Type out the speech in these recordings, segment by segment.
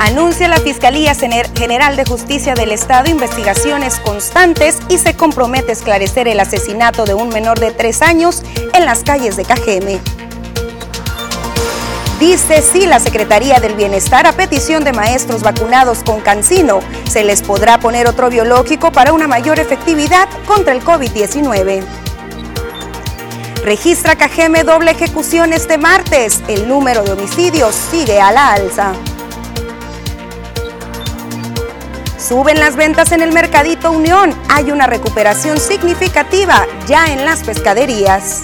Anuncia la Fiscalía General de Justicia del Estado investigaciones constantes y se compromete a esclarecer el asesinato de un menor de 3 años en las calles de Cajeme. Dice sí la Secretaría del Bienestar a petición de maestros vacunados con CanSino. Se les podrá poner otro biológico para una mayor efectividad contra el COVID-19. Registra Cajeme doble ejecución este martes. El número de homicidios sigue a la alza. Suben las ventas en el Mercadito Unión. Hay una recuperación significativa ya en las pescaderías.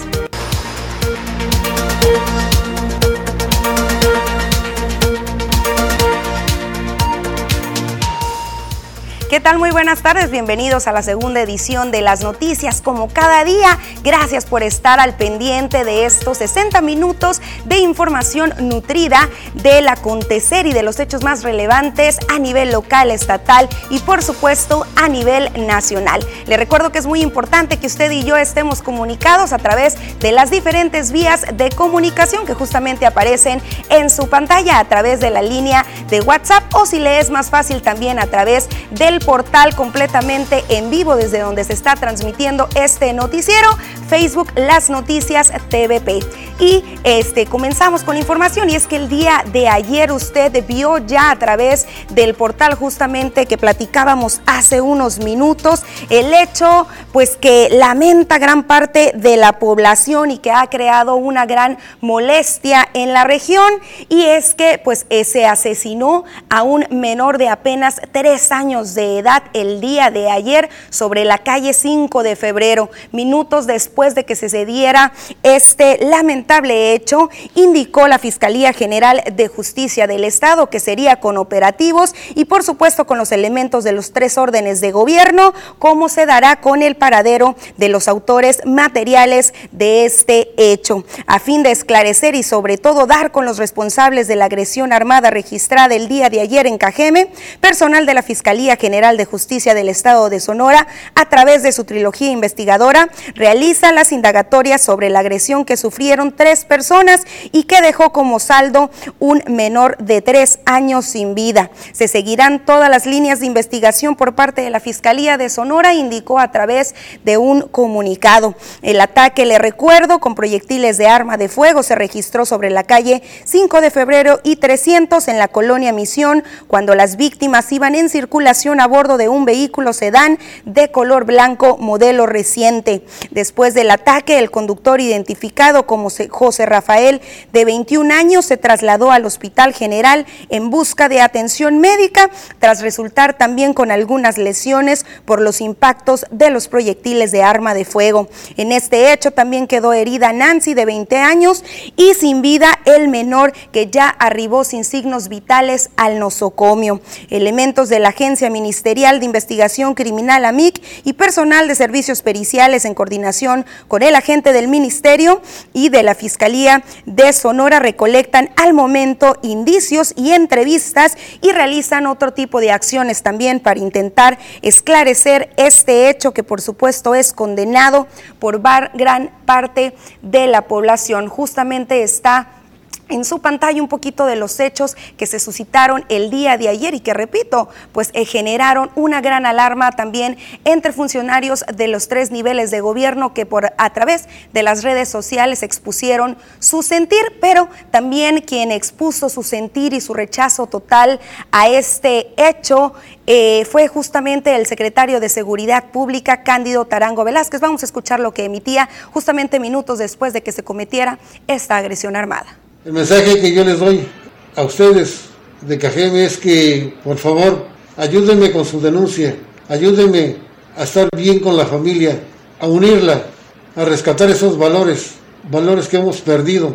¿Qué tal? Muy buenas tardes, bienvenidos a la segunda edición de las noticias. Como cada día, gracias por estar al pendiente de estos 60 minutos de información nutrida del acontecer y de los hechos más relevantes a nivel local, estatal y por supuesto a nivel nacional. Le recuerdo que es muy importante que usted y yo estemos comunicados a través de las diferentes vías de comunicación que justamente aparecen en su pantalla a través de la línea de WhatsApp o si le es más fácil también a través del portal completamente en vivo desde donde se está transmitiendo este noticiero, Facebook Las Noticias TVP. Y comenzamos con la información y es que el día de ayer usted vio ya a través del portal justamente que platicábamos hace unos minutos el hecho pues que lamenta gran parte de la población y que ha creado una gran molestia en la región y es que pues se asesinó a un menor de apenas 3 años de edad el día de ayer sobre la calle 5 de febrero, minutos después de que se diera este lamentable hecho, indicó la Fiscalía General de Justicia del Estado que sería con operativos y por supuesto con los elementos de los 3 órdenes de gobierno, cómo se dará con el paradero de los autores materiales de este hecho, a fin de esclarecer y sobre todo dar con los responsables de la agresión armada registrada el día de ayer en Cajeme. Personal de la Fiscalía General de Justicia del Estado de Sonora, a través de su trilogía investigadora, realiza las indagatorias sobre la agresión que sufrieron 3 personas y que dejó como saldo un menor de 3 años sin vida. Se seguirán todas las líneas de investigación por parte de la Fiscalía de Sonora, indicó a través de un comunicado. El ataque, le recuerdo, con proyectiles de arma de fuego se registró sobre la calle 5 de febrero y 300 en la colonia Misión, cuando las víctimas iban en circulación a bordo de un vehículo sedán de color blanco modelo reciente. Después del ataque, el conductor, identificado como José Rafael, de 21 años, se trasladó al Hospital General en busca de atención médica, tras resultar también con algunas lesiones por los impactos de los proyectiles de arma de fuego. En este hecho también quedó herida Nancy, de 20 años, y sin vida el menor, que ya arribó sin signos vitales al nosocomio. Elementos de la Agencia Ministerial de Investigación Criminal AMIC y personal de servicios periciales en coordinación con el agente del Ministerio y de la Fiscalía de Sonora recolectan al momento indicios y entrevistas y realizan otro tipo de acciones también para intentar esclarecer este hecho que por supuesto es condenado por gran parte de la población. Justamente está en su pantalla un poquito de los hechos que se suscitaron el día de ayer y que, repito, pues generaron una gran alarma también entre funcionarios de los 3 niveles de gobierno que a través de las redes sociales expusieron su sentir, pero también quien expuso su sentir y su rechazo total a este hecho fue justamente el secretario de Seguridad Pública, Cándido Tarango Velázquez. Vamos a escuchar lo que emitía justamente minutos después de que se cometiera esta agresión armada. El mensaje que yo les doy a ustedes de Cajeme es que, por favor, ayúdenme con su denuncia, ayúdenme a estar bien con la familia, a unirla, a rescatar esos valores que hemos perdido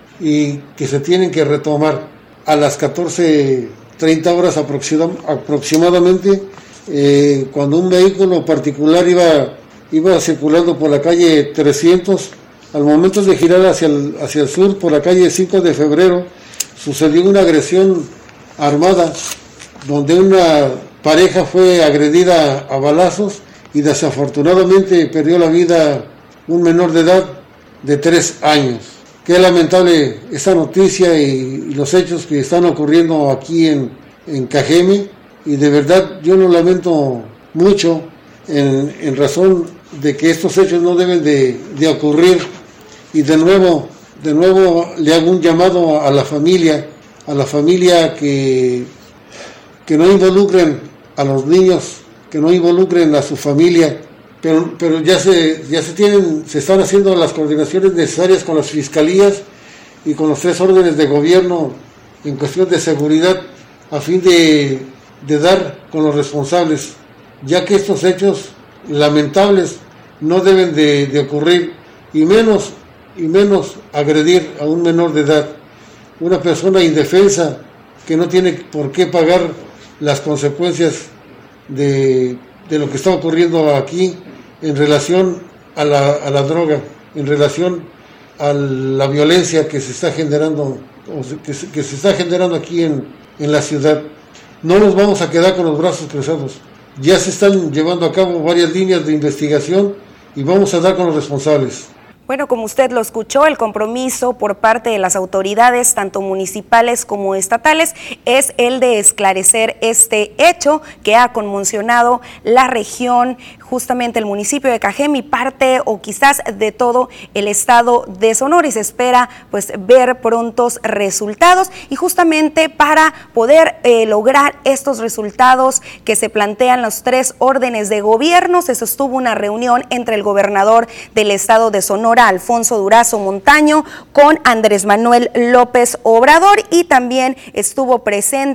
y que se tienen que retomar. A las 14:30 horas aproximadamente, cuando un vehículo particular iba circulando por la calle 300, al momento de girar hacia el sur por la calle 5 de febrero, sucedió una agresión armada donde una pareja fue agredida a balazos y desafortunadamente perdió la vida un menor de edad de 3 años. Qué lamentable esta noticia y los hechos que están ocurriendo aquí en en Cajeme, y de verdad yo lo lamento mucho en razón de que estos hechos no deben de ocurrir. Y de nuevo le hago un llamado a la familia que no involucren a los niños, que no involucren a su familia, pero ya se están haciendo las coordinaciones necesarias con las fiscalías y con los 3 órdenes de gobierno en cuestión de seguridad, a fin de dar con los responsables, ya que estos hechos lamentables no deben de ocurrir, y menos agredir a un menor de edad, una persona indefensa que no tiene por qué pagar las consecuencias de lo que está ocurriendo aquí en relación a la droga, en relación a la violencia que se está generando, que se está generando aquí en la ciudad. No nos vamos a quedar con los brazos cruzados. Ya se están llevando a cabo varias líneas de investigación y vamos a dar con los responsables. Bueno, como usted lo escuchó, el compromiso por parte de las autoridades, tanto municipales como estatales, es el de esclarecer este hecho que ha conmocionado la región, justamente el municipio de Cajeme, y parte o quizás de todo el estado de Sonora, y se espera pues ver prontos resultados, y justamente para poder lograr estos resultados que se plantean los 3 órdenes de gobierno, se sostuvo una reunión entre el gobernador del estado de Sonora, Alfonso Durazo Montaño, con Andrés Manuel López Obrador, y también estuvieron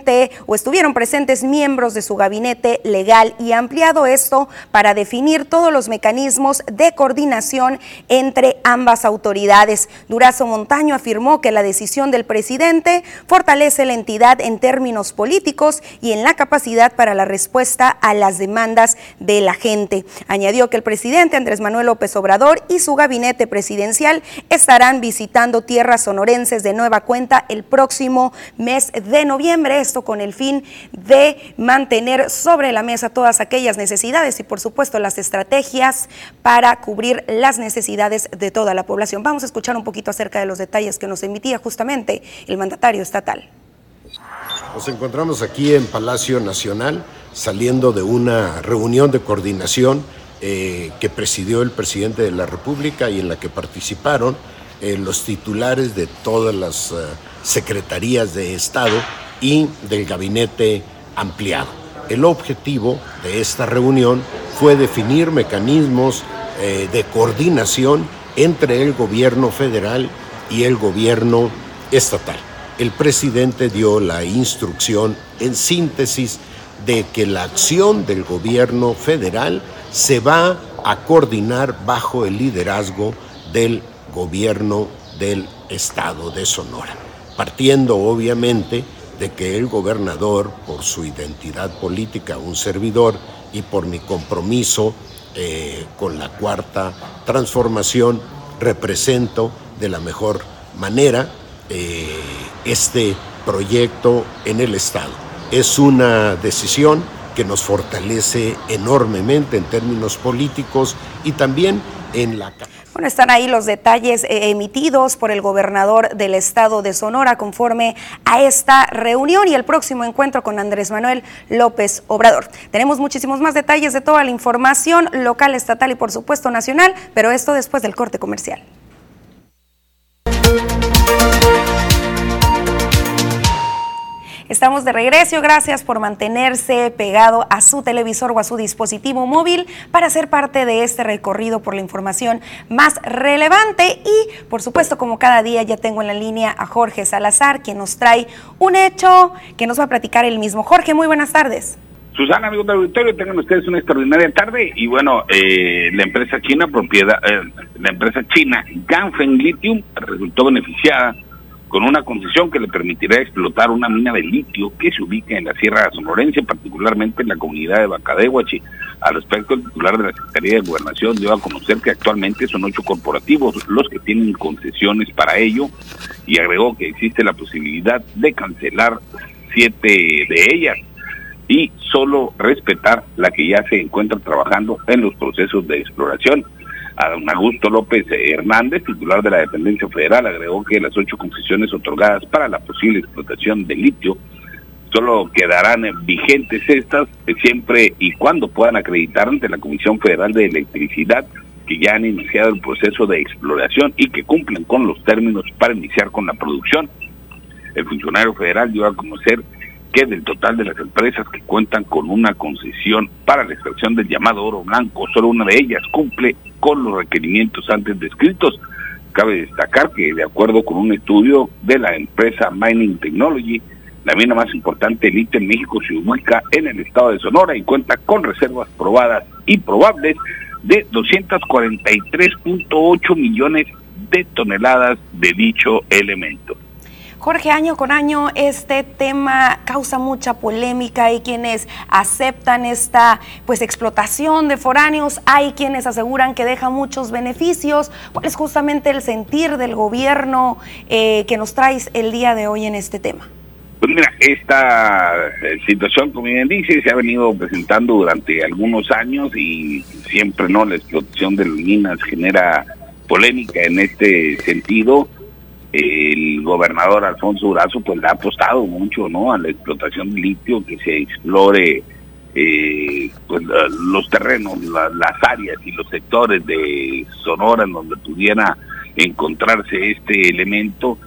presentes miembros de su gabinete legal y ampliado, esto para definir todos los mecanismos de coordinación entre ambas autoridades. Durazo Montaño afirmó que la decisión del presidente fortalece la entidad en términos políticos y en la capacidad para la respuesta a las demandas de la gente. Añadió que el presidente Andrés Manuel López Obrador y su gabinete presidencial estarán visitando tierras sonorenses de nueva cuenta el próximo mes de noviembre, esto con el fin de mantener sobre la mesa todas aquellas necesidades y por supuesto las estrategias para cubrir las necesidades de toda la población. Vamos a escuchar un poquito acerca de los detalles que nos emitía justamente el mandatario estatal. Nos encontramos aquí en Palacio Nacional, saliendo de una reunión de coordinación que presidió el presidente de la República y en la que participaron los titulares de todas las secretarías de Estado y del gabinete ampliado. El objetivo de esta reunión fue definir mecanismos de coordinación entre el gobierno federal y el gobierno estatal. El presidente dio la instrucción en síntesis de que la acción del gobierno federal se va a coordinar bajo el liderazgo del gobierno del estado de Sonora, partiendo obviamente de que el gobernador, por su identidad política, un servidor, y por mi compromiso con la Cuarta Transformación, represento de la mejor manera este proyecto en el estado. Es una decisión que nos fortalece enormemente en términos políticos y también en la... Bueno, están ahí los detalles emitidos por el gobernador del estado de Sonora conforme a esta reunión y el próximo encuentro con Andrés Manuel López Obrador. Tenemos muchísimos más detalles de toda la información local, estatal y por supuesto nacional, pero esto después del corte comercial. Estamos de regreso, gracias por mantenerse pegado a su televisor o a su dispositivo móvil para ser parte de este recorrido por la información más relevante y, por supuesto, como cada día ya tengo en la línea a Jorge Salazar, quien nos trae un hecho que nos va a platicar él mismo. Jorge, muy buenas tardes. Susana, amigos del auditorio, tengan ustedes una extraordinaria tarde y bueno, la empresa china Ganfeng Lithium resultó beneficiada con una concesión que le permitirá explotar una mina de litio que se ubica en la Sierra Sonorense, particularmente en la comunidad de Bacadehuachi. Al respecto, el titular de la Secretaría de Gobernación dio a conocer que actualmente son 8 corporativos los que tienen concesiones para ello y agregó que existe la posibilidad de cancelar 7 de ellas y solo respetar la que ya se encuentra trabajando en los procesos de exploración. A don Augusto López Hernández, titular de la dependencia federal, agregó que las 8 concesiones otorgadas para la posible explotación de litio Solo quedarán vigentes estas siempre y cuando puedan acreditar ante la Comisión Federal de Electricidad que ya han iniciado el proceso de exploración y que cumplen con los términos para iniciar con la producción. El funcionario federal dio a conocer que del total de las empresas que cuentan con una concesión para la extracción del llamado oro blanco, solo una de ellas cumple con los requerimientos antes descritos. Cabe destacar que, de acuerdo con un estudio de la empresa Mining Technology, la mina más importante de litio en México se ubica en el estado de Sonora y cuenta con reservas probadas y probables de 243.8 millones de toneladas de dicho elemento. Jorge, año con año este tema causa mucha polémica. Hay quienes aceptan esta explotación de foráneos, hay quienes aseguran que deja muchos beneficios. ¿Cuál es justamente el sentir del gobierno que nos traes el día de hoy en este tema? Pues mira, esta situación, como bien dice, se ha venido presentando durante algunos años y siempre la explotación de las minas genera polémica en este sentido. El gobernador Alfonso Durazo pues le ha apostado mucho a la explotación de litio, que se explore los terrenos, las áreas y los sectores de Sonora en donde pudiera encontrarse este elemento,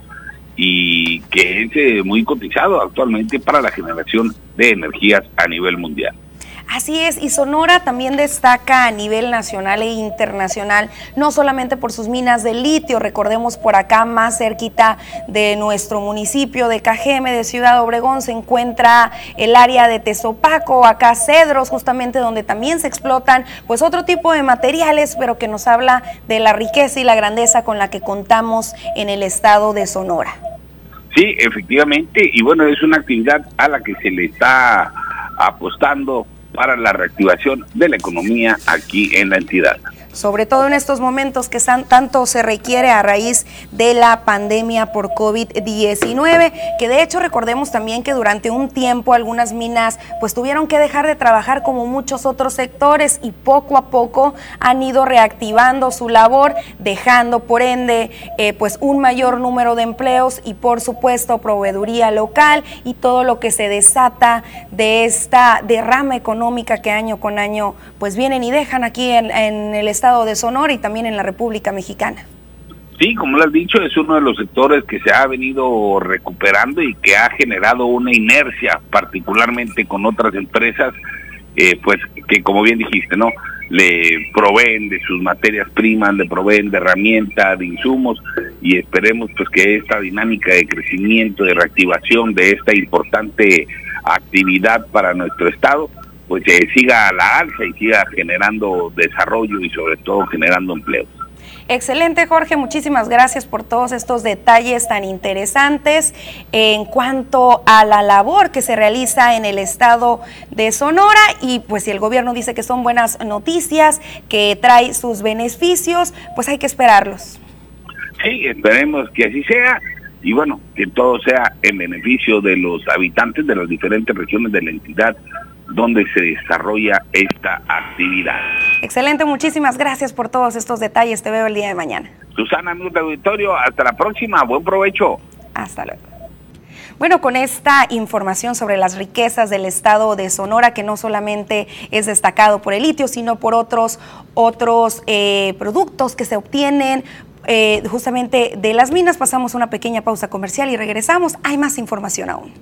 y que es muy cotizado actualmente para la generación de energías a nivel mundial. Así es, y Sonora también destaca a nivel nacional e internacional, no solamente por sus minas de litio. Recordemos, por acá más cerquita de nuestro municipio de Cajeme, de Ciudad Obregón, se encuentra el área de Tezopaco, acá Cedros, justamente donde también se explotan otro tipo de materiales, pero que nos habla de la riqueza y la grandeza con la que contamos en el estado de Sonora. Sí, efectivamente, y bueno, es una actividad a la que se le está apostando para la reactivación de la economía aquí en la entidad. Sobre todo en estos momentos que tanto se requiere a raíz de la pandemia por COVID-19, que de hecho recordemos también que durante un tiempo algunas minas tuvieron que dejar de trabajar como muchos otros sectores, y poco a poco han ido reactivando su labor, dejando por ende un mayor número de empleos y por supuesto proveeduría local y todo lo que se desata de esta derrama económica que año con año vienen y dejan aquí en el estado de Sonora y también en la República Mexicana. Sí, como lo has dicho, es uno de los sectores que se ha venido recuperando y que ha generado una inercia, particularmente con otras empresas, que como bien dijiste, le proveen de sus materias primas, le proveen de herramientas, de insumos, y esperemos que esta dinámica de crecimiento, de reactivación de esta importante actividad para nuestro estado siga a la alza y siga generando desarrollo y sobre todo generando empleos. Excelente, Jorge, muchísimas gracias por todos estos detalles tan interesantes en cuanto a la labor que se realiza en el estado de Sonora, y si el gobierno dice que son buenas noticias, que trae sus beneficios, hay que esperarlos. Sí, esperemos que así sea, y bueno, que todo sea en beneficio de los habitantes de las diferentes regiones de la entidad donde se desarrolla esta actividad. Excelente, muchísimas gracias por todos estos detalles. Te veo el día de mañana. Susana, amigos de auditorio, hasta la próxima. Buen provecho. Hasta luego. Bueno, con esta información sobre las riquezas del estado de Sonora, que no solamente es destacado por el litio, sino por otros productos que se obtienen justamente de las minas, pasamos una pequeña pausa comercial y regresamos. Hay más información aún.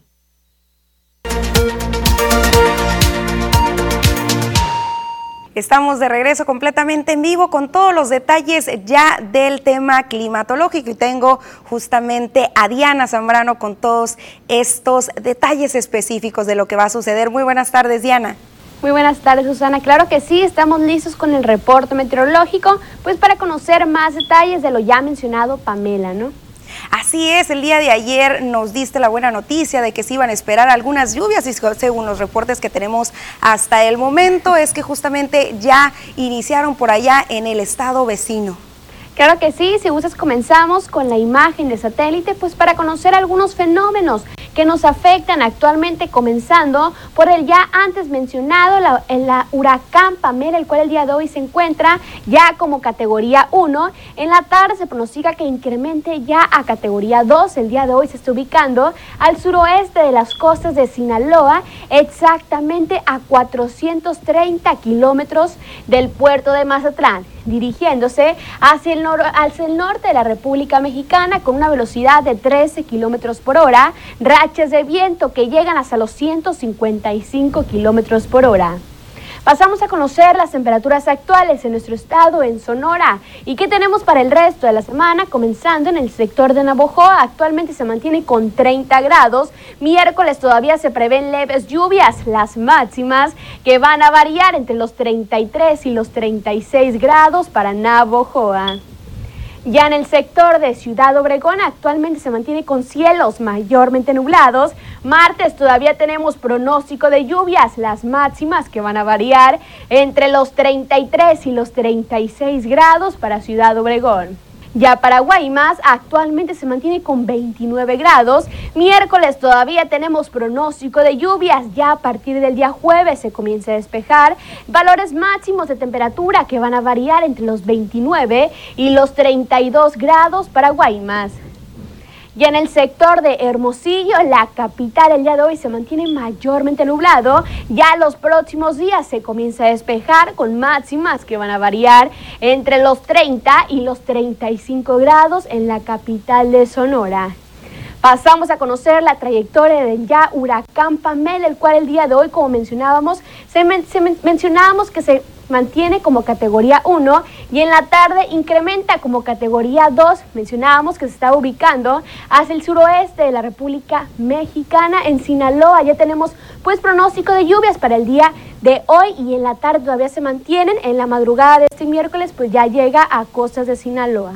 Estamos de regreso completamente en vivo con todos los detalles ya del tema climatológico, y tengo justamente a Diana Zambrano con todos estos detalles específicos de lo que va a suceder. Muy buenas tardes, Diana. Muy buenas tardes, Susana. Claro que sí, estamos listos con el reporte meteorológico, para conocer más detalles de lo ya mencionado Pamela, ¿no? Así es, el día de ayer nos diste la buena noticia de que se iban a esperar algunas lluvias, y según los reportes que tenemos hasta el momento es que justamente ya iniciaron por allá en el estado vecino. Claro que sí, si gustas comenzamos con la imagen de satélite, para conocer algunos fenómenos que nos afectan actualmente, comenzando por el ya antes mencionado, la huracán Pamela, el cual el día de hoy se encuentra ya como categoría 1. En la tarde se pronostica que incremente ya a categoría 2. El día de hoy se está ubicando al suroeste de las costas de Sinaloa, exactamente a 430 kilómetros del puerto de Mazatlán, dirigiéndose hacia el norte de la República Mexicana con una velocidad de 13 kilómetros por hora, rachas de viento que llegan hasta los 155 kilómetros por hora. Pasamos a conocer las temperaturas actuales en nuestro estado, en Sonora. ¿Y qué tenemos para el resto de la semana? Comenzando en el sector de Navojoa, actualmente se mantiene con 30 grados. Miércoles todavía se prevén leves lluvias, las máximas que van a variar entre los 33 y los 36 grados para Navojoa. Ya en el sector de Ciudad Obregón actualmente se mantiene con cielos mayormente nublados. Martes todavía tenemos pronóstico de lluvias, las máximas que van a variar entre los 33 y los 36 grados para Ciudad Obregón. Ya para Guaymas actualmente se mantiene con 29 grados. Miércoles todavía tenemos pronóstico de lluvias. Ya a partir del día jueves se comienza a despejar. Valores máximos de temperatura que van a variar entre los 29 y los 32 grados para Guaymas. Ya en el sector de Hermosillo, la capital, el día de hoy se mantiene mayormente nublado. Ya los próximos días se comienza a despejar con máximas que van a variar entre los 30 y los 35 grados en la capital de Sonora. Pasamos a conocer la trayectoria del ya huracán Pamela, el cual el día de hoy, como mencionábamos, mencionábamos que se mantiene como categoría 1 y en la tarde incrementa como categoría 2. Mencionábamos que se está ubicando hacia el suroeste de la República Mexicana, en Sinaloa. Ya tenemos pues pronóstico de lluvias para el día de hoy y en la tarde todavía se mantienen. En la madrugada de este miércoles pues ya llega a costas de Sinaloa.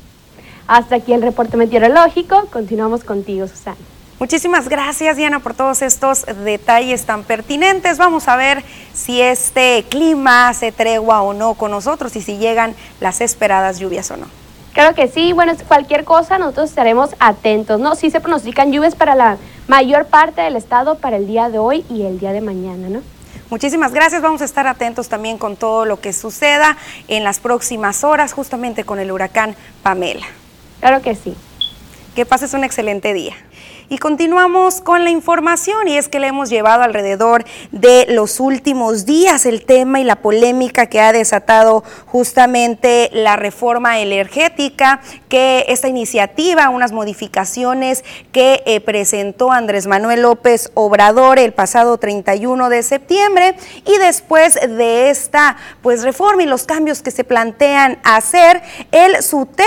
Hasta aquí el reporte meteorológico. Continuamos contigo, Susana. Muchísimas gracias, Diana, por todos estos detalles tan pertinentes. Vamos a ver si este clima hace tregua o no con nosotros y si llegan las esperadas lluvias o no. Claro que sí. Bueno, cualquier cosa nosotros estaremos atentos, ¿no? Sí se pronostican lluvias para la mayor parte del estado para el día de hoy y el día de mañana, ¿no? Muchísimas gracias. Vamos a estar atentos también con todo lo que suceda en las próximas horas, justamente con el huracán Pamela. Claro que sí. Que pases un excelente día. Y continuamos con la información, y es que le hemos llevado alrededor de los últimos días el tema y la polémica que ha desatado justamente la reforma energética, que esta iniciativa, unas modificaciones que presentó Andrés Manuel López Obrador el pasado 31 de septiembre, y después de esta pues reforma y los cambios que se plantean hacer, el SUTER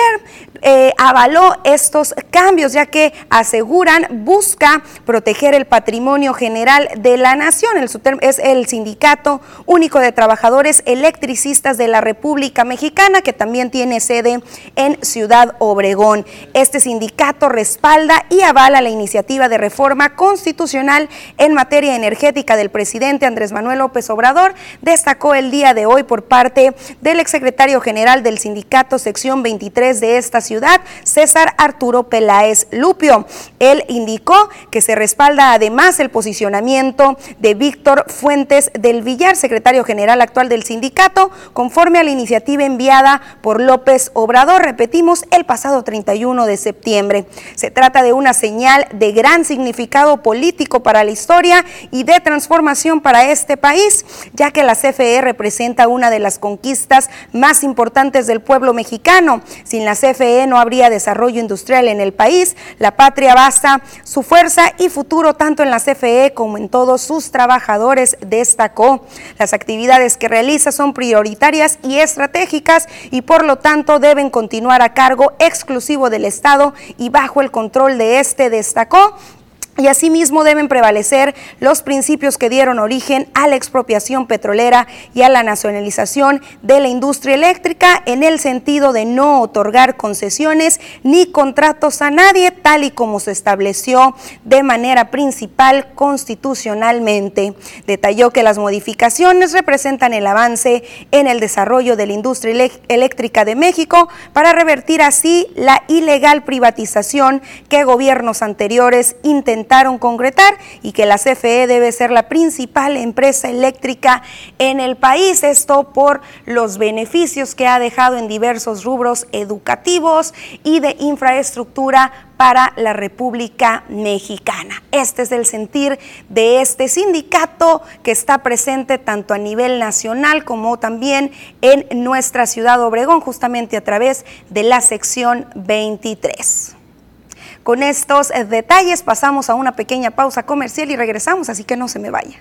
avaló estos cambios, ya que aseguran busca proteger el patrimonio general de la nación. El SUTER es el Sindicato Único de Trabajadores Electricistas de la República Mexicana, que también tiene sede en Ciudad Obregón. Este sindicato respalda y avala la iniciativa de reforma constitucional en materia energética del presidente Andrés Manuel López Obrador. Destacó el día de hoy por parte del exsecretario general del sindicato sección 23 de esta ciudad, César Arturo Peláez Lupio. Él indicó que se respalda además el posicionamiento de Víctor Fuentes del Villar, secretario general actual del sindicato, conforme a la iniciativa enviada por López Obrador, repetimos, el pasado 31 de septiembre. Se trata de una señal de gran significado político para la historia y de transformación para este país, ya que la CFE representa una de las conquistas más importantes del pueblo mexicano. Sin la CFE no habría desarrollo industrial en el país. La patria basa su fuerza y futuro tanto en la CFE como en todos sus trabajadores, destacó. Las actividades que realiza son prioritarias y estratégicas y por lo tanto deben continuar a cargo exclusivo del Estado y bajo el control de este, destacó. Y asimismo deben prevalecer los principios que dieron origen a la expropiación petrolera y a la nacionalización de la industria eléctrica, en el sentido de no otorgar concesiones ni contratos a nadie, tal y como se estableció de manera principal constitucionalmente. Detalló que las modificaciones representan el avance en el desarrollo de la industria eléctrica de México para revertir así la ilegal privatización que gobiernos anteriores intentaron intentaron concretar y que la CFE debe ser la principal empresa eléctrica en el país, esto por los beneficios que ha dejado en diversos rubros educativos y de infraestructura para la República Mexicana. Este es el sentir de este sindicato que está presente tanto a nivel nacional como también en nuestra ciudad Obregón, justamente a través de la sección 23. Con estos detalles pasamos a una pequeña pausa comercial y regresamos, así que no se me vaya.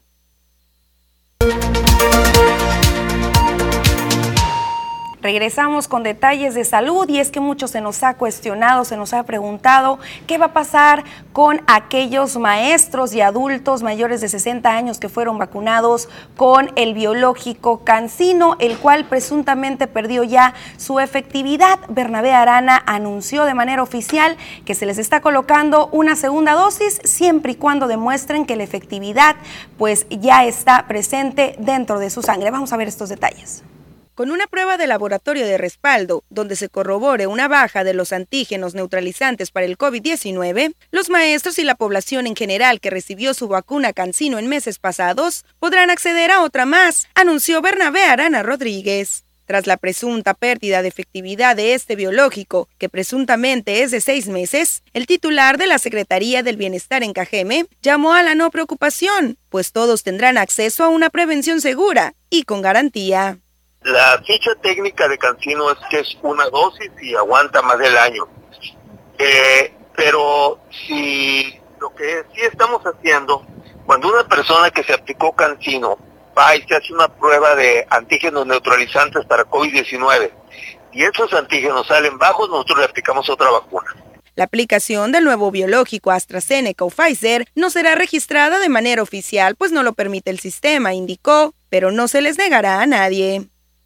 Regresamos con detalles de salud y es que mucho se nos ha cuestionado, se nos ha preguntado qué va a pasar con aquellos maestros y adultos mayores de 60 años que fueron vacunados con el biológico CanSino, el cual presuntamente perdió ya su efectividad. Bernabé Arana anunció de manera oficial que se les está colocando una segunda dosis siempre y cuando demuestren que la efectividad pues ya está presente dentro de su sangre. Vamos a ver estos detalles. Con una prueba de laboratorio de respaldo, donde se corrobore una baja de los antígenos neutralizantes para el COVID-19, los maestros y la población en general que recibió su vacuna CanSino en meses pasados podrán acceder a otra más, anunció Bernabé Arana Rodríguez. Tras la presunta pérdida de efectividad de este biológico, que presuntamente es de 6 meses, el titular de la Secretaría del Bienestar en Cajeme llamó a la no preocupación, pues todos tendrán acceso a una prevención segura y con garantía. La ficha técnica de CanSino es que es una dosis y aguanta más del año. Pero si lo que sí estamos haciendo, cuando una persona que se aplicó CanSino va y se hace una prueba de antígenos neutralizantes para COVID-19 y esos antígenos salen bajos, nosotros le aplicamos otra vacuna. La aplicación del nuevo biológico AstraZeneca o Pfizer no será registrada de manera oficial, pues no lo permite el sistema, indicó, pero no se les negará a nadie.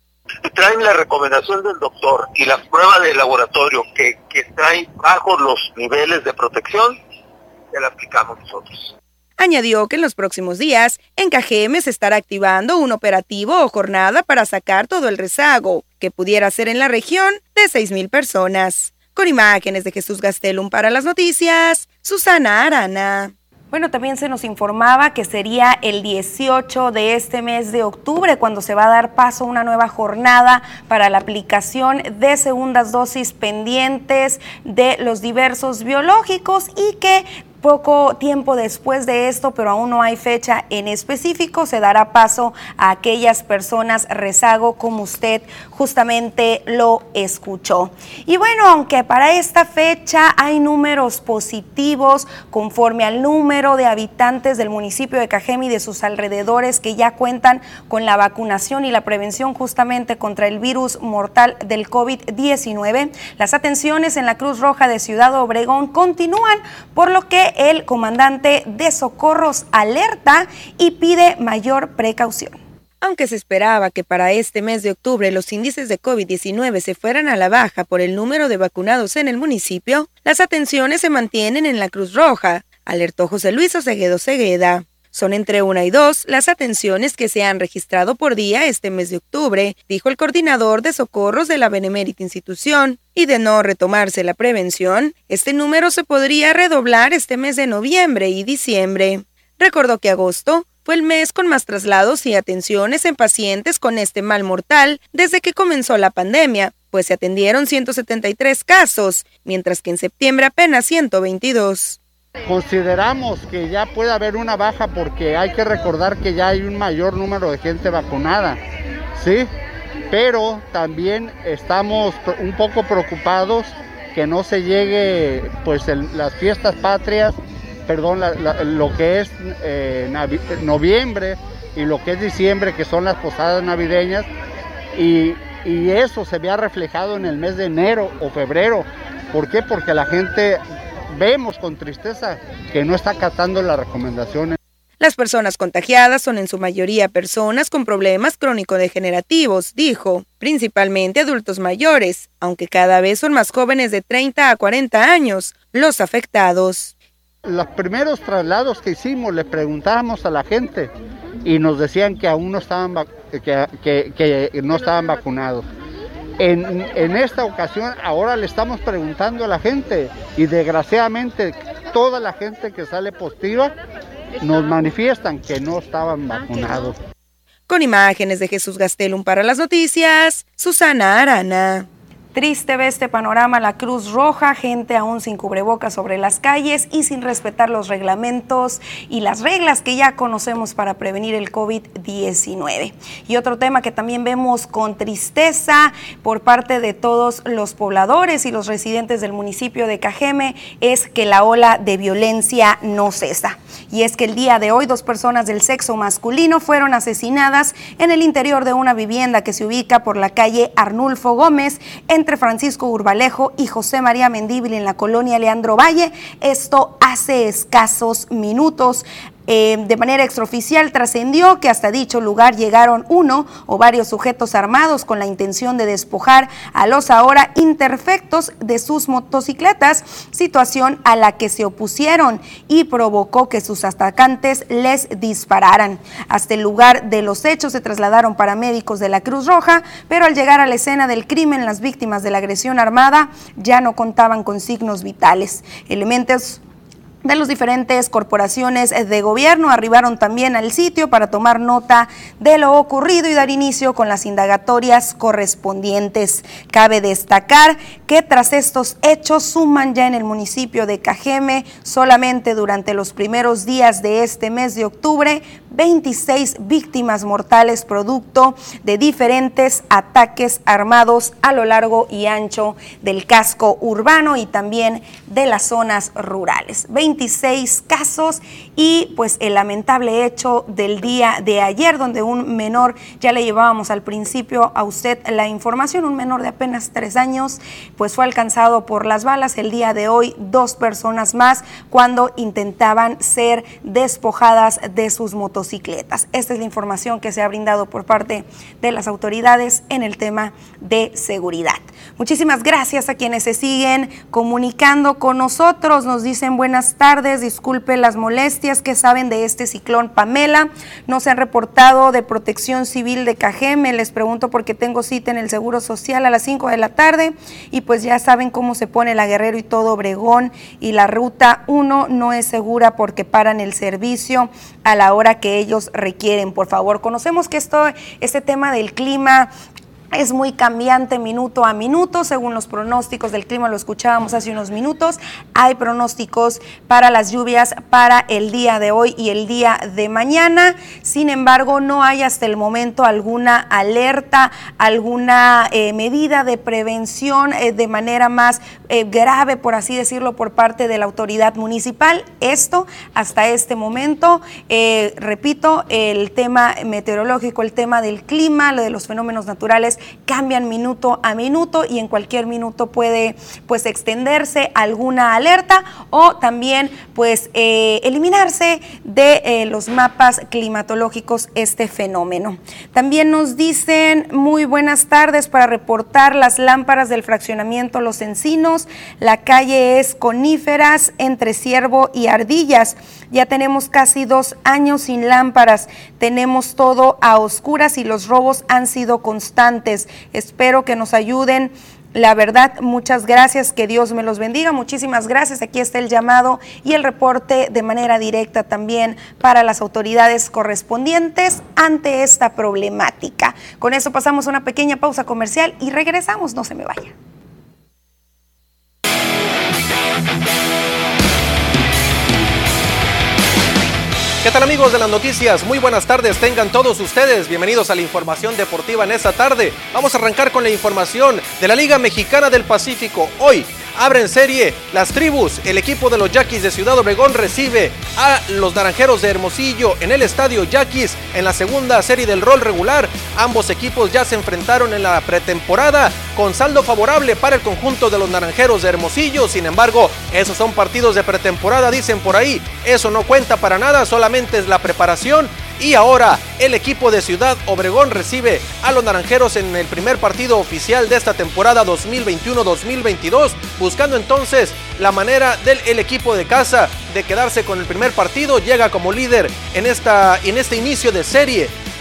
Traen la recomendación del doctor y la prueba de laboratorio que traen bajos los niveles de protección, se la aplicamos nosotros. Añadió que en los próximos días, en Cajeme se estará activando un operativo o jornada para sacar todo el rezago, que pudiera ser en la región de 6,000 personas. Con imágenes de Jesús Gastelum para las noticias, Susana Arana. Bueno, también se nos informaba que sería el 18 de este mes de octubre cuando se va a dar paso a una nueva jornada para la aplicación de segundas dosis pendientes de los diversos biológicos y que poco tiempo después de esto, pero aún no hay fecha en específico, se dará paso a aquellas personas rezago como usted justamente lo escuchó. Y bueno, aunque para esta fecha hay números positivos conforme al número de habitantes del municipio de Cajeme y de sus alrededores que ya cuentan con la vacunación y la prevención justamente contra el virus mortal del COVID-19, las atenciones en la Cruz Roja de Ciudad Obregón continúan, por lo que el comandante de Socorros alerta y pide mayor precaución. Aunque se esperaba que para este mes de octubre los índices de COVID-19 se fueran a la baja por el número de vacunados en el municipio, las atenciones se mantienen en la Cruz Roja, alertó José Luis Oseguedo Cegueda. Son entre 1 y 2 las atenciones que se han registrado por día este mes de octubre, dijo el coordinador de socorros de la benemérita institución, y de no retomarse la prevención, este número se podría redoblar este mes de noviembre y diciembre. Recordó que agosto fue el mes con más traslados y atenciones en pacientes con este mal mortal desde que comenzó la pandemia, pues se atendieron 173 casos, mientras que en septiembre apenas 122. Consideramos que ya puede haber una baja porque hay que recordar que ya hay un mayor número de gente vacunada, ¿sí? Pero también estamos un poco preocupados que no se llegue pues las fiestas patrias, lo que es noviembre y lo que es diciembre, que son las posadas navideñas, y eso se vea reflejado en el mes de enero o febrero. ¿Por qué? Porque la gente vemos con tristeza que no está acatando las recomendaciones. Las personas contagiadas son en su mayoría personas con problemas crónico-degenerativos, dijo, principalmente adultos mayores, aunque cada vez son más jóvenes de 30 a 40 años los afectados. Los primeros traslados que hicimos le preguntábamos a la gente y nos decían que aún no estaban, que no estaban vacunados. En esta ocasión ahora le estamos preguntando a la gente y desgraciadamente toda la gente que sale positiva nos manifiestan que no estaban vacunados. Con imágenes de Jesús Gastelum para las noticias, Susana Arana. Triste ve este panorama la Cruz Roja, gente aún sin cubrebocas sobre las calles y sin respetar los reglamentos y las reglas que ya conocemos para prevenir el COVID-19. Y otro tema que también vemos con tristeza por parte de todos los pobladores y los residentes del municipio de Cajeme es que la ola de violencia no cesa. Y es que el día de hoy 2 personas del sexo masculino fueron asesinadas en el interior de una vivienda que se ubica por la calle Arnulfo Gómez entre Francisco Urbalejo y José María Mendívil en la colonia Leandro Valle. Esto hace escasos minutos. De manera extraoficial trascendió que hasta dicho lugar llegaron uno o varios sujetos armados con la intención de despojar a los ahora imperfectos de sus motocicletas, situación a la que se opusieron y provocó que sus atacantes les dispararan. Hasta el lugar de los hechos se trasladaron paramédicos de la Cruz Roja, pero al llegar a la escena del crimen, las víctimas de la agresión armada ya no contaban con signos vitales. Elementos de las diferentes corporaciones de gobierno arribaron también al sitio para tomar nota de lo ocurrido y dar inicio con las indagatorias correspondientes. Cabe destacar que tras estos hechos suman ya en el municipio de Cajeme, solamente durante los primeros días de este mes de octubre, 26 víctimas mortales producto de diferentes ataques armados a lo largo y ancho del casco urbano y también de las zonas rurales. 26 casos y pues el lamentable hecho del día de ayer donde un menor, ya le llevábamos al principio a usted la información, un menor de apenas 3 años pues fue alcanzado por las balas. El día de hoy 2 personas más cuando intentaban ser despojadas de sus motocicletas. Esta es la información que se ha brindado por parte de las autoridades en el tema de seguridad. Muchísimas gracias a quienes se siguen comunicando con nosotros. Nos dicen buenas tardes, disculpe las molestias, ¿qué saben de este ciclón Pamela? No se han reportado de Protección Civil de Cajeme, les pregunto porque tengo cita en el Seguro Social a las 5 de la tarde y pues ya saben cómo se pone la Guerrero y todo Obregón y la ruta 1 no es segura porque paran el servicio a la hora que ellos requieren. Por favor, conocemos que este tema del clima es muy cambiante minuto a minuto, según los pronósticos del clima, lo escuchábamos hace unos minutos. Hay pronósticos para las lluvias para el día de hoy y el día de mañana. Sin embargo, no hay hasta el momento alguna alerta, alguna medida de prevención de manera más grave, por así decirlo, por parte de la autoridad municipal. Esto, hasta este momento, repito, el tema meteorológico, el tema del clima, lo de los fenómenos naturales, cambian minuto a minuto y en cualquier minuto puede pues extenderse alguna alerta o también pues eliminarse de los mapas climatológicos este fenómeno. También nos dicen muy buenas tardes para reportar las lámparas del fraccionamiento Los Encinos. La calle es Coníferas entre Ciervo y Ardillas. Ya tenemos casi 2 años sin lámparas, tenemos todo a oscuras y los robos han sido constantes. Espero que nos ayuden. La verdad, muchas gracias, que Dios me los bendiga, muchísimas gracias. Aquí está el llamado y el reporte de manera directa también para las autoridades correspondientes ante esta problemática. Con eso pasamos a una pequeña pausa comercial y regresamos, no se me vaya. ¿Qué tal amigos de las noticias? Muy buenas tardes, tengan todos ustedes. Bienvenidos a la información deportiva en esta tarde. Vamos a arrancar con la información de la Liga Mexicana del Pacífico. Hoy abren serie las tribus. El equipo de los Yaquis de Ciudad Obregón recibe a los Naranjeros de Hermosillo en el estadio Yaquis en la segunda serie del rol regular. Ambos equipos ya se enfrentaron en la pretemporada con saldo favorable para el conjunto de los Naranjeros de Hermosillo. Sin embargo, esos son partidos de pretemporada, dicen por ahí. Eso no cuenta para nada, solamente es la preparación. Y ahora el equipo de Ciudad Obregón recibe a los Naranjeros en el primer partido oficial de esta temporada 2021-2022, buscando entonces la manera del equipo de casa de quedarse con el primer partido. Llega como líder en este inicio de serie.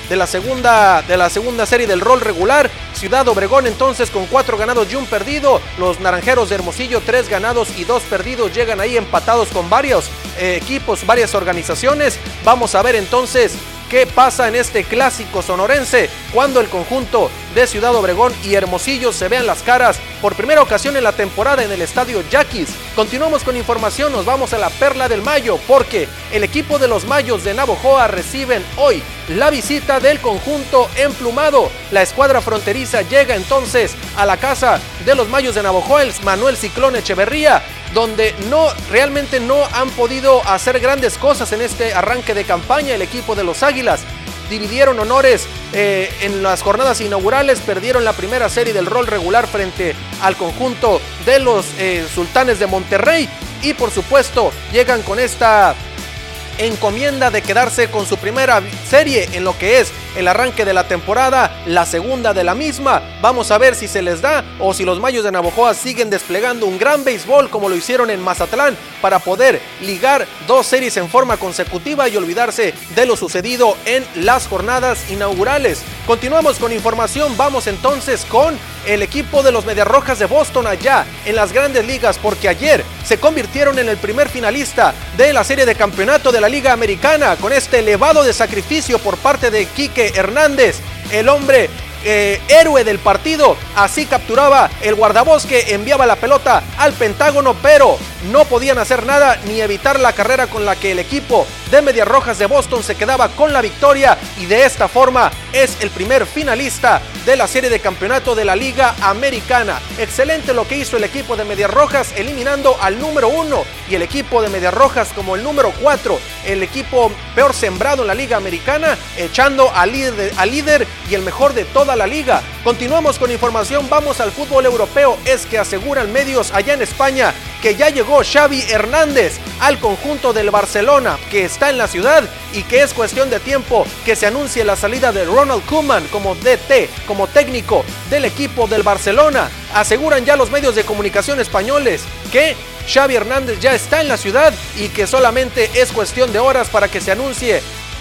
de la segunda serie del rol regular. Ciudad Obregón entonces con 4 ganados y 1 perdido. Los Naranjeros de Hermosillo 3 ganados y 2 perdidos. Llegan ahí empatados con varios equipos, varias organizaciones. Vamos a ver entonces qué pasa en este clásico sonorense cuando el conjunto de Ciudad Obregón y Hermosillo se vean las caras por primera ocasión en la temporada en el estadio Yaquis. Continuamos con información, nos vamos a la Perla del Mayo porque el equipo de los Mayos de Navojoa reciben hoy la visita del conjunto emplumado. La escuadra fronteriza llega entonces a la casa de los Mayos de Navojoa, el Manuel Ciclón Echeverría, donde realmente no han podido hacer grandes cosas en este arranque de campaña. El equipo de los Águilas dividieron honores en las jornadas inaugurales, perdieron la primera serie del rol regular frente al conjunto de los Sultanes de Monterrey y por supuesto llegan con esta encomienda de quedarse con su primera serie en lo que es el arranque de la temporada, la segunda de la misma. Vamos a ver si se les da o si los Mayos de Navojoa siguen desplegando un gran béisbol como lo hicieron en Mazatlán para poder ligar 2 series en forma consecutiva y olvidarse de lo sucedido en las jornadas inaugurales. Continuamos con información, vamos entonces con el equipo de los Medias Rojas de Boston allá en las Grandes Ligas porque ayer se convirtieron en el primer finalista de la serie de campeonato de la Liga Americana con este elevado de sacrificio por parte de Quique Hernández, el hombre héroe del partido. Así capturaba el guardabosque, enviaba la pelota al Pentágono, pero no podían hacer nada ni evitar la carrera con la que el equipo de Medias Rojas de Boston se quedaba con la victoria y de esta forma es el primer finalista de la serie de campeonato de la Liga Americana. Excelente lo que hizo el equipo de Medias Rojas eliminando al número 1 y el equipo de Medias Rojas como el número 4, el equipo peor sembrado en la Liga Americana, echando al líder y el mejor de toda la liga. Continuamos con información, vamos al fútbol europeo. Es que aseguran medios allá en España que ya llegó Xavi Hernández al conjunto del Barcelona, que está en la ciudad y que es cuestión de tiempo que se anuncie la salida de Ronald Koeman como DT, como técnico del equipo del Barcelona. Aseguran ya los medios de comunicación españoles que Xavi Hernández ya está en la ciudad y que solamente es cuestión de horas para que se anuncie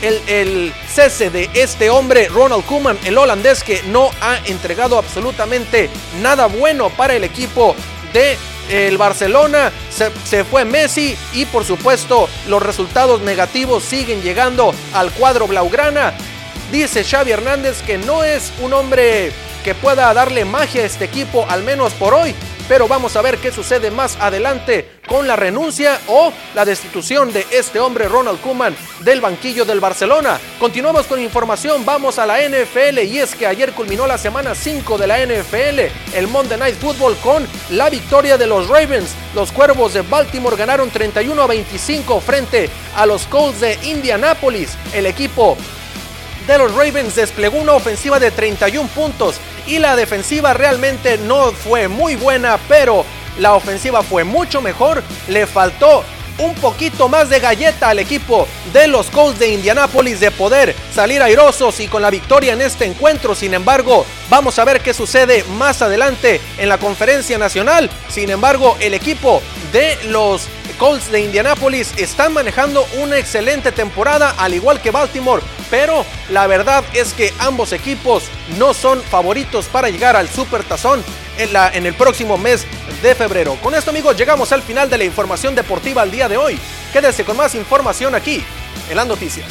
el cese de este hombre, Ronald Koeman, el holandés, que no ha entregado absolutamente nada bueno para el equipo de el Barcelona. Se fue Messi y por supuesto los resultados negativos siguen llegando al cuadro blaugrana. Dice Xavi Hernández que no es un hombre que pueda darle magia a este equipo, al menos por hoy, pero vamos a ver qué sucede más adelante con la renuncia o la destitución de este hombre Ronald Koeman del banquillo del Barcelona. Continuamos con información, vamos a la NFL y es que ayer culminó la semana 5 de la NFL, el Monday Night Football con la victoria de los Ravens. Los Cuervos de Baltimore ganaron 31-25 frente a los Colts de Indianápolis. El equipo de los Ravens desplegó una ofensiva de 31 puntos y la defensiva realmente no fue muy buena, pero la ofensiva fue mucho mejor. Le faltó un poquito más de galleta al equipo de los Colts de Indianápolis de poder salir airosos y con la victoria en este encuentro. Sin embargo, vamos a ver qué sucede más adelante en la conferencia nacional. Sin embargo, el equipo de los Colts de Indianápolis están manejando una excelente temporada, al igual que Baltimore, pero la verdad es que ambos equipos no son favoritos para llegar al Supertazón en el próximo mes de febrero. Con esto, amigos, llegamos al final de la información deportiva al día de hoy. Quédese con más información aquí en las noticias.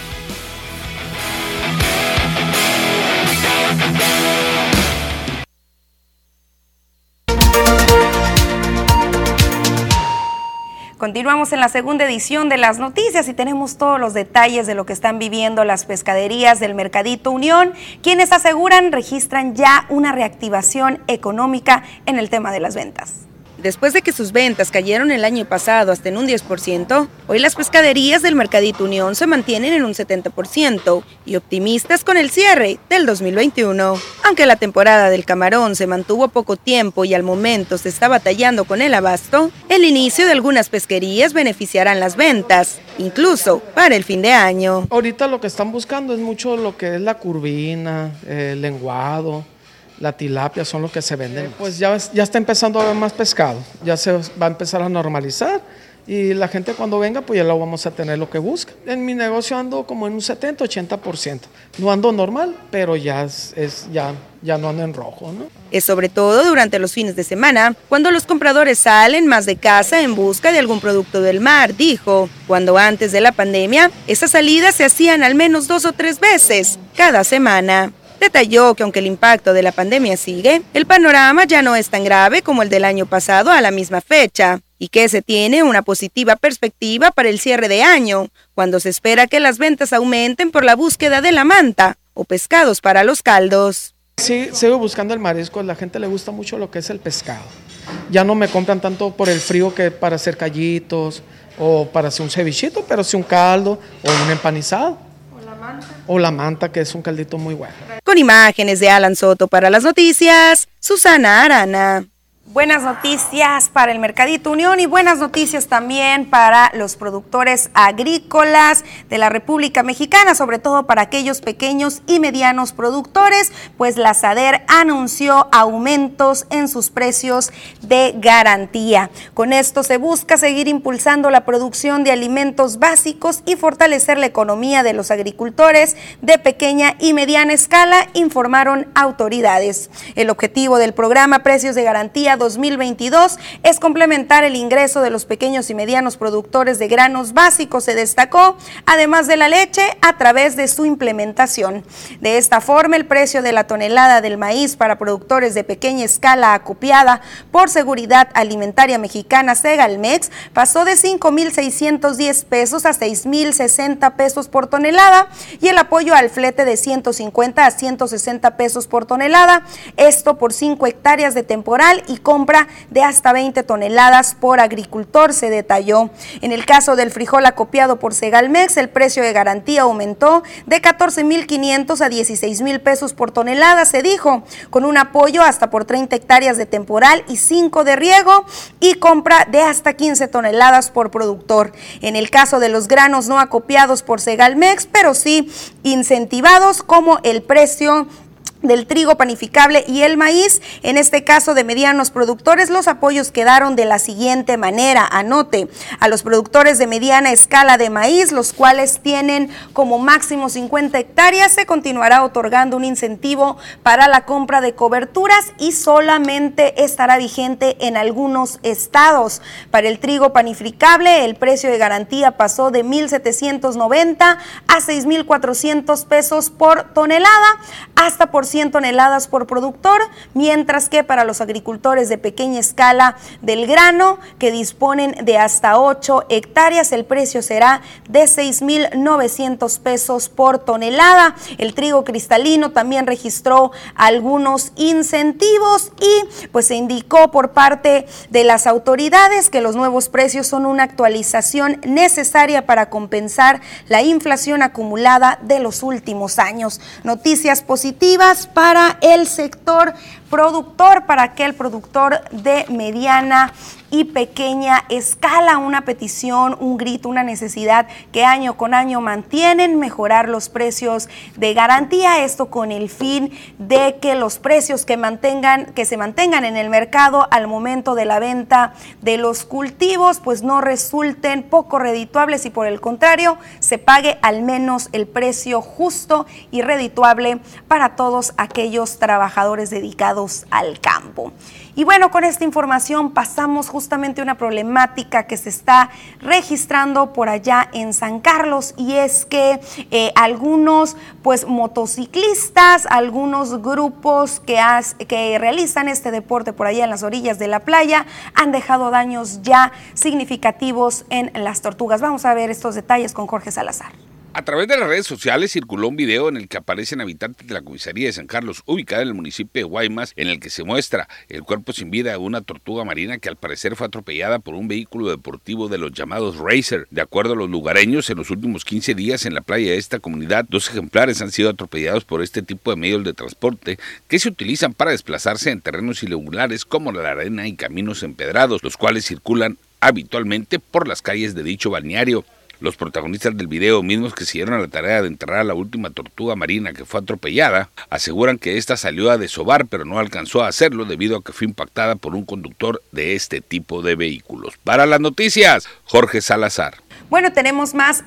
Continuamos en la segunda edición de las noticias y tenemos todos los detalles de lo que están viviendo las pescaderías del Mercadito Unión, quienes aseguran registran ya una reactivación económica en el tema de las ventas. Después de que sus ventas cayeron el año pasado hasta en un 10%, hoy las pescaderías del Mercadito Unión se mantienen en un 70% y optimistas con el cierre del 2021. Aunque la temporada del camarón se mantuvo poco tiempo y al momento se está batallando con el abasto, el inicio de algunas pesquerías beneficiarán las ventas, incluso para el fin de año. Ahorita lo que están buscando es mucho lo que es la curvina, el lenguado, la tilapia, son los que se venden. Pues ya está empezando a haber más pescado, ya se va a empezar a normalizar y la gente cuando venga pues ya lo vamos a tener lo que busca. En mi negocio ando como en un 70-80%. No ando normal, pero ya no ando en rojo, ¿no? Es sobre todo durante los fines de semana, cuando los compradores salen más de casa en busca de algún producto del mar, dijo. Cuando antes de la pandemia, esas salidas se hacían al menos 2 o 3 veces cada semana. Detalló que aunque el impacto de la pandemia sigue, el panorama ya no es tan grave como el del año pasado a la misma fecha, y que se tiene una positiva perspectiva para el cierre de año, cuando se espera que las ventas aumenten por la búsqueda de la manta o pescados para los caldos. Sí, sigo buscando el marisco, a la gente le gusta mucho lo que es el pescado. Ya no me compran tanto por el frío que para hacer callitos o para hacer un cevichito, pero sí un caldo o un empanizado. O la manta, que es un caldito muy bueno. Con imágenes de Alan Soto para las noticias, Susana Arana. Buenas noticias para el Mercadito Unión y buenas noticias también para los productores agrícolas de la República Mexicana, sobre todo para aquellos pequeños y medianos productores, pues la SADER anunció aumentos en sus precios de garantía. Con esto se busca seguir impulsando la producción de alimentos básicos y fortalecer la economía de los agricultores de pequeña y mediana escala, informaron autoridades. El objetivo del programa Precios de Garantía 2022 es complementar el ingreso de los pequeños y medianos productores de granos básicos, se destacó, además de la leche, a través de su implementación. De esta forma, el precio de la tonelada del maíz para productores de pequeña escala acopiada por Seguridad Alimentaria Mexicana, Segalmex, pasó de 5,610 pesos a 6,060 pesos por tonelada y el apoyo al flete de 150 a 160 pesos por tonelada, esto por 5 hectáreas de temporal y compra de hasta 20 toneladas por agricultor, se detalló. En el caso del frijol acopiado por Segalmex, el precio de garantía aumentó de 14,500 a 16,000 pesos por tonelada, se dijo, con un apoyo hasta por 30 hectáreas de temporal y 5 de riego y compra de hasta 15 toneladas por productor. En el caso de los granos no acopiados por Segalmex, pero sí incentivados, como el precio del trigo panificable y el maíz, en este caso de medianos productores, los apoyos quedaron de la siguiente manera. Anote, a los productores de mediana escala de maíz, los cuales tienen como máximo 50 hectáreas, se continuará otorgando un incentivo para la compra de coberturas y solamente estará vigente en algunos estados. Para el trigo panificable, el precio de garantía pasó de 1,790 a 6,400 pesos por tonelada, hasta por 100 toneladas por productor, mientras que para los agricultores de pequeña escala del grano, que disponen de hasta 8 hectáreas, el precio será de 6,900 pesos por tonelada. El trigo cristalino también registró algunos incentivos y pues se indicó por parte de las autoridades que los nuevos precios son una actualización necesaria para compensar la inflación acumulada de los últimos años. Noticias positivas para el sector productor, para aquel productor de mediana y pequeña escala, una petición, un grito, una necesidad que año con año mantienen, mejorar los precios de garantía, esto con el fin de que los precios que se mantengan en el mercado al momento de la venta de los cultivos, pues no resulten poco redituables y por el contrario, se pague al menos el precio justo y redituable para todos aquellos trabajadores dedicados al campo. Y bueno, con esta información pasamos justamente a una problemática que se está registrando por allá en San Carlos, y es que algunos motociclistas, algunos grupos que realizan este deporte por allá en las orillas de la playa han dejado daños ya significativos en las tortugas. Vamos a ver estos detalles con Jorge Salazar. A través de las redes sociales circuló un video en el que aparecen habitantes de la comisaría de San Carlos, ubicada en el municipio de Guaymas, en el que se muestra el cuerpo sin vida de una tortuga marina que al parecer fue atropellada por un vehículo deportivo de los llamados Racer. De acuerdo a los lugareños, en los últimos 15 días en la playa de esta comunidad, 2 ejemplares han sido atropellados por este tipo de medios de transporte que se utilizan para desplazarse en terrenos irregulares como la arena y caminos empedrados, los cuales circulan habitualmente por las calles de dicho balneario. Los protagonistas del video, mismos que se dieron a la tarea de enterrar a la última tortuga marina que fue atropellada, aseguran que esta salió a desovar pero no alcanzó a hacerlo debido a que fue impactada por un conductor de este tipo de vehículos. Para las noticias, Jorge Salazar. Bueno, tenemos más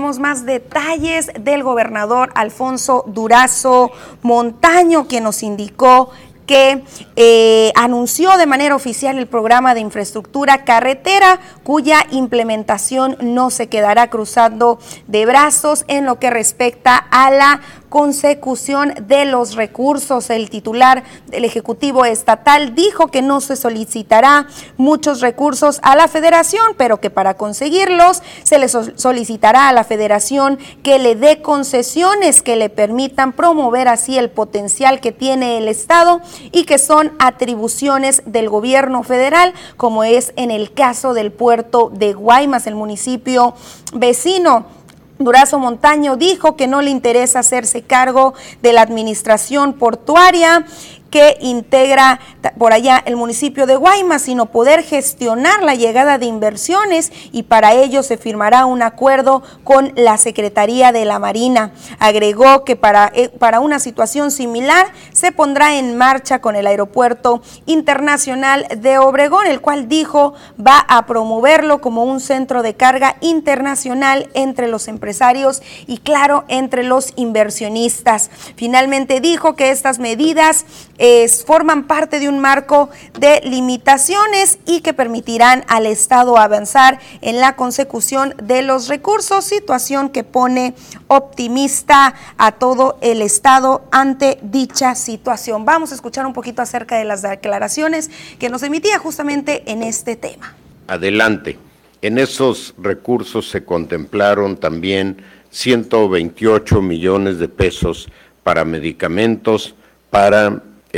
detalles del gobernador Alfonso Durazo Montaño, quien nos indicó que anunció de manera oficial el programa de infraestructura carretera, cuya implementación no se quedará cruzando de brazos en lo que respecta a la consecución de los recursos. El titular del Ejecutivo Estatal dijo que no se solicitará muchos recursos a la Federación, pero que para conseguirlos se le solicitará a la Federación que le dé concesiones que le permitan promover así el potencial que tiene el Estado y que son atribuciones del gobierno federal, como es en el caso del puerto de Guaymas, el municipio vecino. Durazo Montaño dijo que no le interesa hacerse cargo de la administración portuaria que integra por allá el municipio de Guaymas, sino poder gestionar la llegada de inversiones, y para ello se firmará un acuerdo con la Secretaría de la Marina. Agregó que para una situación similar se pondrá en marcha con el Aeropuerto Internacional de Obregón, el cual dijo va a promoverlo como un centro de carga internacional entre los empresarios y claro, entre los inversionistas. Finalmente dijo que estas medidas forman parte de un marco de limitaciones y que permitirán al Estado avanzar en la consecución de los recursos, situación que pone optimista a todo el Estado ante dicha situación. Vamos a escuchar un poquito acerca de las declaraciones que nos emitía justamente en este tema. Adelante. En esos recursos se contemplaron también 128 millones de pesos para medicamentos, para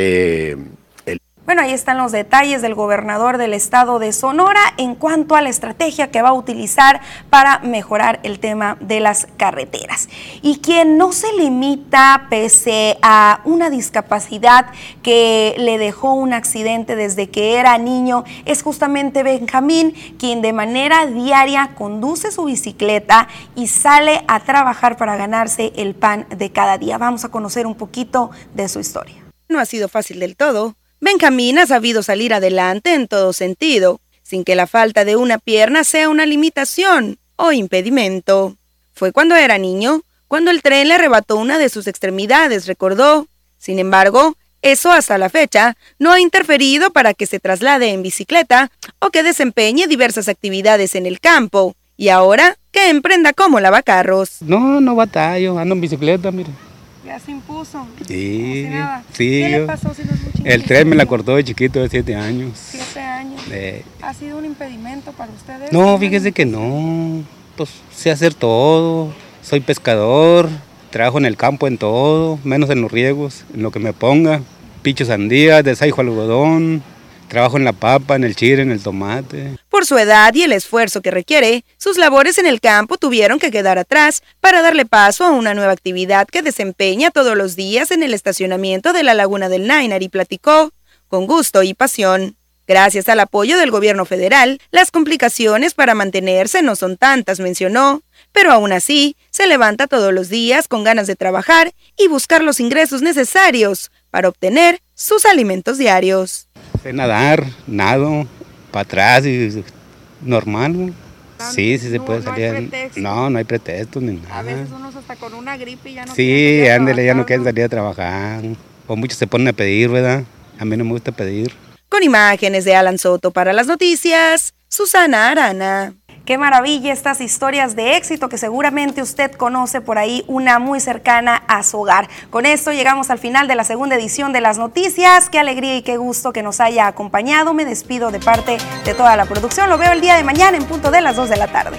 Bueno, ahí están los detalles del gobernador del estado de Sonora en cuanto a la estrategia que va a utilizar para mejorar el tema de las carreteras. Y quien no se limita pese a una discapacidad que le dejó un accidente desde que era niño es justamente Benjamín, quien de manera diaria conduce su bicicleta y sale a trabajar para ganarse el pan de cada día. Vamos a conocer un poquito de su historia. No ha sido fácil del todo. Benjamín ha sabido salir adelante en todo sentido, sin que la falta de una pierna sea una limitación o impedimento. Fue cuando era niño, cuando el tren le arrebató una de sus extremidades, recordó. Sin embargo, eso hasta la fecha no ha interferido para que se traslade en bicicleta o que desempeñe diversas actividades en el campo. Y ahora, que emprenda como lavacarros. No batallo, ando en bicicleta, mire. Ya se impuso. Sí, como si nada. sí. ¿Qué le pasó si no es muy chiquito? El tren me la cortó de chiquito de 7 años. 7 años. ¿Ha sido un impedimento para ustedes? No, fíjese que no. Pues sé hacer todo. Soy pescador, trabajo en el campo en todo, menos en los riegos, en lo que me ponga. Picho sandía, desaijo algodón. Trabajo en la papa, en el chile, en el tomate. Por su edad y el esfuerzo que requiere, sus labores en el campo tuvieron que quedar atrás para darle paso a una nueva actividad que desempeña todos los días en el estacionamiento de la Laguna del Náinar, y platicó con gusto y pasión. Gracias al apoyo del gobierno federal, las complicaciones para mantenerse no son tantas, mencionó, pero aún así se levanta todos los días con ganas de trabajar y buscar los ingresos necesarios para obtener sus alimentos diarios. Sé nadar, nado, para atrás y normal. Sí se puede salir. No hay pretexto ni nada. A veces uno hasta con una gripe y ya no Sí, ándele, ya no quieren salir a trabajar. O muchos se ponen a pedir, ¿verdad? A mí no me gusta pedir. Con imágenes de Alan Soto para las noticias, Susana Arana. Qué maravilla estas historias de éxito que seguramente usted conoce por ahí, una muy cercana a su hogar. Con esto llegamos al final de la segunda edición de las noticias. Qué alegría y qué gusto que nos haya acompañado. Me despido de parte de toda la producción. Lo veo el día de mañana en punto de las 2 de la tarde.